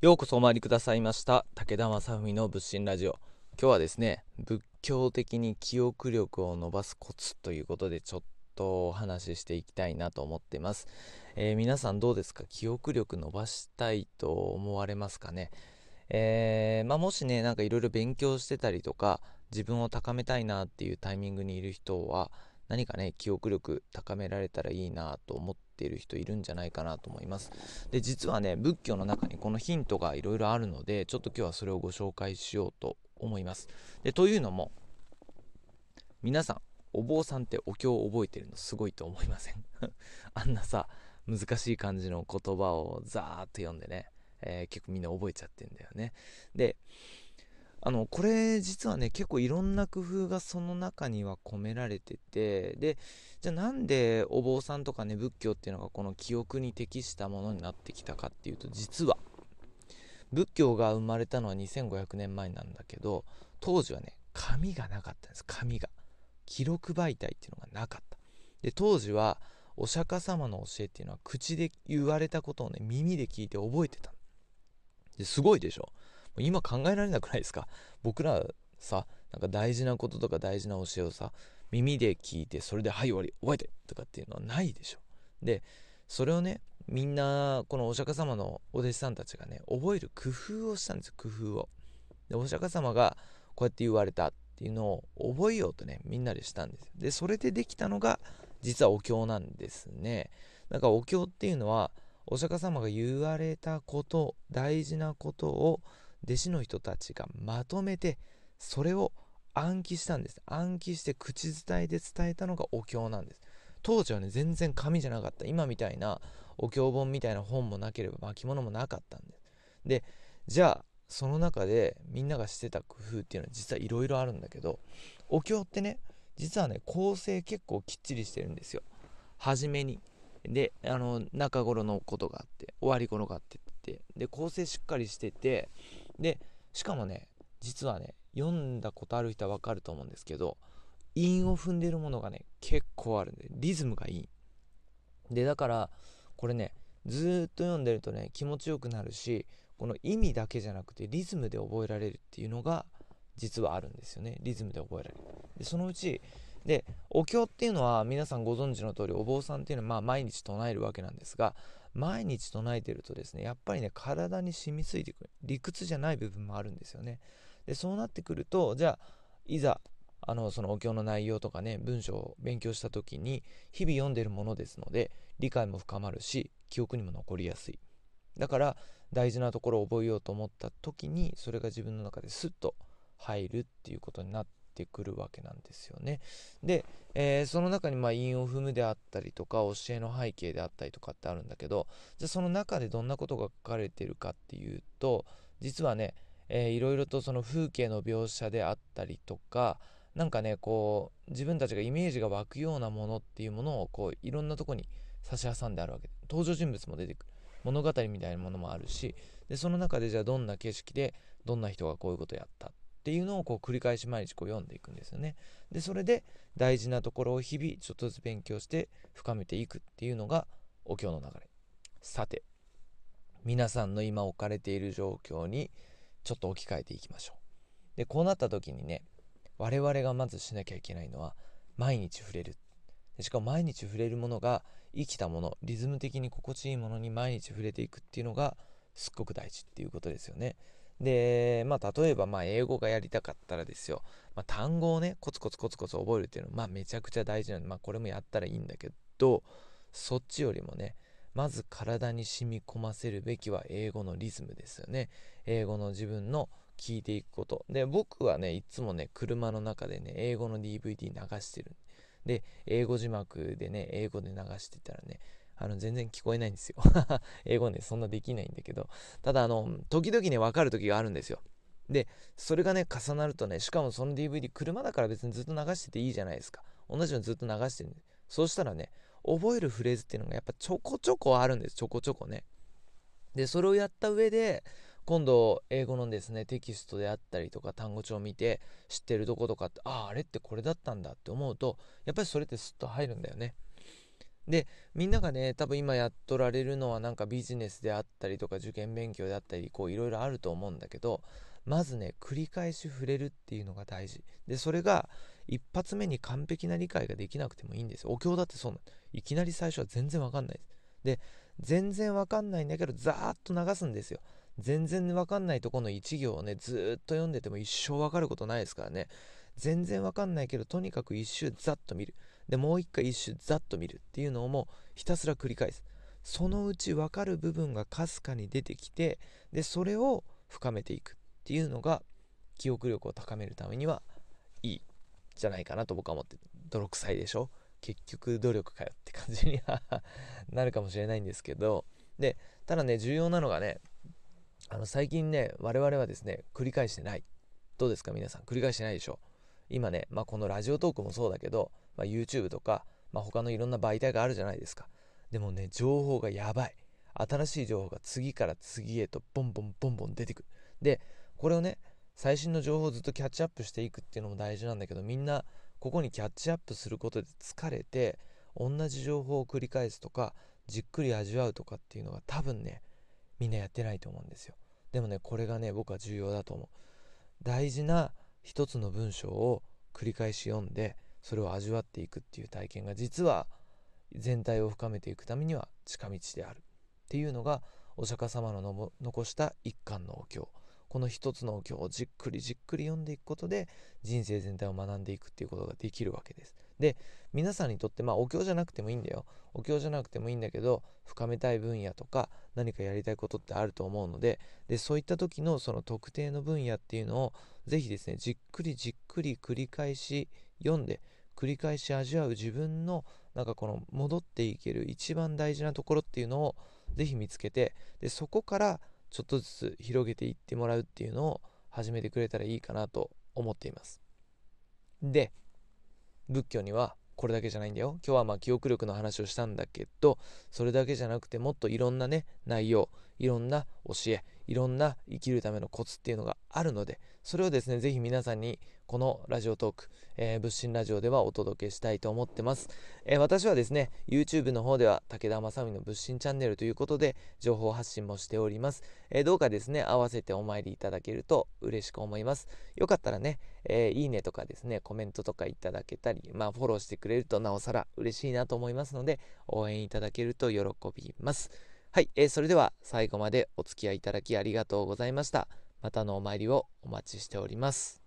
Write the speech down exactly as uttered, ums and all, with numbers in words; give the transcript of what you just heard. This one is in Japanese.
ようこそお参りくださいました武田正文の仏心ラジオ。今日はですね、仏教的に記憶力を伸ばすコツということでちょっとお話ししていきたいなと思っています。えー皆さんどうですか？記憶力伸ばしたいと思われますかね？えーまあ、もしね、なんかいろいろ勉強してたりとか自分を高めたいなっていうタイミングにいる人は、何かね記憶力高められたらいいなと思っている人いるんじゃないかなと思います。で実はね、仏教の中にこのヒントがいろいろあるので、ちょっと今日はそれをご紹介しようと思います。でというのも、皆さんお坊さんってお経を覚えてるのすごいと思いません？あんなさ、難しい漢字の言葉をザーッと読んでね、えー結構みんな覚えちゃってんだよね。であのこれ実はね、結構いろんな工夫がその中には込められてて、でじゃあなんでお坊さんとかね、仏教っていうのがこの記憶に適したものになってきたかっていうと、実は仏教が生まれたのはにせんごひゃくねんまえなんだけど、当時はね紙がなかったんです。紙が、記録媒体っていうのがなかった。で当時はお釈迦様の教えっていうのは口で言われたことをね、耳で聞いて覚えてた。ですごいでしょ？もう今考えられなくないですか？僕らさ、なんか大事なこととか大事な教えをさ、耳で聞いてそれではい終わり覚えてとかっていうのはないでしょ。でそれをね、みんなこのお釈迦様のお弟子さんたちがね、覚える工夫をしたんですよ。工夫を。でお釈迦様がこうやって言われたっていうのを覚えようとね、みんなでしたんですよ。でそれでできたのが実はお経なんですね。だからお経っていうのは、お釈迦様が言われたこと、大事なことを弟子の人たちがまとめて、それを暗記したんです。暗記して口伝えで伝えたのがお経なんです。当時はね、全然紙じゃなかった。今みたいなお経本みたいな本もなければ巻物もなかったんです。でじゃあその中でみんながしてた工夫っていうのは実はいろいろあるんだけど、お経ってね、実はね構成結構きっちりしてるんですよ。初めに、であの中頃のことがあって終わり頃があってって、で構成しっかりしてて、でしかもね、実はね、読んだことある人は分かると思うんですけど、韻を踏んでるものがね結構あるんで、リズムがいい。でだからこれね、ずーっと読んでるとね気持ちよくなるし、この意味だけじゃなくてリズムで覚えられるっていうのが実はあるんですよね。リズムで覚えられる。でそのうちでお経っていうのは、皆さんご存知の通り、お坊さんっていうのはまあ毎日唱えるわけなんですが、毎日唱えてるとですね、やっぱりね体に染みついてくる、理屈じゃない部分もあるんですよね。でそうなってくると、じゃあいざあのそのお経の内容とかね、文章を勉強した時に、日々読んでるものですので理解も深まるし記憶にも残りやすい。だから大事なところを覚えようと思った時に、それが自分の中でスッと入るっていうことになってくるわけなんですよね。で、えーその中にまあ韻を踏むであったりとか、教えの背景であったりとかってあるんだけど、じゃあその中でどんなことが書かれてるかっていうと、実はね、えーいろいろとその風景の描写であったりとか、なんかねこう自分たちがイメージが湧くようなものっていうものをこういろんなとこに差し挟んであるわけで、登場人物も出てくる、物語みたいなものもあるし、でその中でじゃあどんな景色でどんな人がこういうことをやったっていうのをこう繰り返し毎日こう読んでいくんですよね。でそれで大事なところを日々ちょっとずつ勉強して深めていくっていうのがお経の流れ。さて、皆さんの今置かれている状況にちょっと置き換えていきましょう。でこうなった時にね、我々がまずしなきゃいけないのは毎日触れる。しかも毎日触れるものが生きたもの、リズム的に心地いいものに毎日触れていくっていうのがすっごく大事っていうことですよね。でまあ例えばまあ英語がやりたかったらですよ、まあ、単語をねコツコツコツコツ覚えるっていうのはまあめちゃくちゃ大事なんで、まあこれもやったらいいんだけど、そっちよりもね、まず体に染み込ませるべきは英語のリズムですよね。英語の自分の聞いていくことで、僕はねいつもね車の中でね英語の ディーブイディー 流してる。で英語字幕でね英語で流してたらね、あの全然聞こえないんですよ。英語ねそんなできないんだけど、ただあの時々ね分かる時があるんですよ。でそれがね重なるとね、しかもその ディーブイディー 車だから別にずっと流してていいじゃないですか。同じのずっと流してるんです。そうしたらね、覚えるフレーズっていうのがやっぱちょこちょこあるんです。ちょこちょこね。でそれをやった上で、今度英語のですねテキストであったりとか単語帳を見て知ってるとことかって、あああれってこれだったんだって思うと、やっぱりそれってスッと入るんだよね。 で、みんながね、多分今やっとられるのはなんかビジネスであったりとか受験勉強であったり、こういろいろあると思うんだけど、まずね、繰り返し触れるっていうのが大事。で、それが一発目に完璧な理解ができなくてもいいんですよ。お経だってそうなの。いきなり最初は全然わかんないです。で、全然わかんないんだけど、ざーっと流すんですよ。全然わかんないところの一行をね、ずーっと読んでても一生わかることないですからね。全然わかんないけど、とにかく一周ざっと見る。で、もう一回一周ざっと見るっていうのをもうひたすら繰り返す。そのうち分かる部分がかすかに出てきて、で、それを深めていくっていうのが記憶力を高めるためにはいいじゃないかなと僕は思って。泥臭いでしょ、結局努力かよって感じにはなるかもしれないんですけど、で、ただね、重要なのがね、あの最近ね、我々はですね、繰り返してない。どうですか皆さん、繰り返してないでしょ。今ね、まあ、このラジオトークもそうだけど、まあ、YouTube とか、まあ、他のいろんな媒体があるじゃないですか。でもね、情報がやばい。新しい情報が次から次へとボンボンボンボン出てくる。で、これをね、最新の情報をずっとキャッチアップしていくっていうのも大事なんだけど、みんなここにキャッチアップすることで疲れて、同じ情報を繰り返すとか、じっくり味わうとかっていうのが多分ね、みんなやってないと思うんですよ。でもね、これがね、僕は重要だと思う。大事な一つの文章を繰り返し読んで、それを味わっていくっていう体験が実は全体を深めていくためには近道であるっていうのが、お釈迦様のの残した一巻のお経。この一つのお経をじっくりじっくり読んでいくことで、人生全体を学んでいくっていうことができるわけです。で、皆さんにとって、まあお経じゃなくてもいいんだよ。お経じゃなくてもいいんだけど、深めたい分野とか何かやりたいことってあると思うので、でそういった時のその特定の分野っていうのをぜひですね、じっくりじっくり繰り返し読んで、繰り返し味わう自分のなんかこの戻っていける一番大事なところっていうのをぜひ見つけて、でそこからちょっとずつ広げていってもらうっていうのを始めてくれたらいいかなと思っています。で、仏教にはこれだけじゃないんだよ。今日はまあ記憶力の話をしたんだけど、それだけじゃなくてもっといろんなね、内容、いろんな教え、いろんな生きるためのコツっていうのがあるので、それをですね、ぜひ皆さんにこのラジオトーク、えー、仏心ラジオではお届けしたいと思ってます。えー私はですね、YouTube の方では武田正美の仏心チャンネルということで情報発信もしております。えーどうかですね、合わせてお参りいただけると嬉しく思います。よかったらね、えーいいねとかですね、コメントとかいただけたり、まあフォローしてくれるとなおさら嬉しいなと思いますので、応援いただけると喜びます。はい、えーそれでは最後までお付き合いいただきありがとうございました。またのお参りをお待ちしております。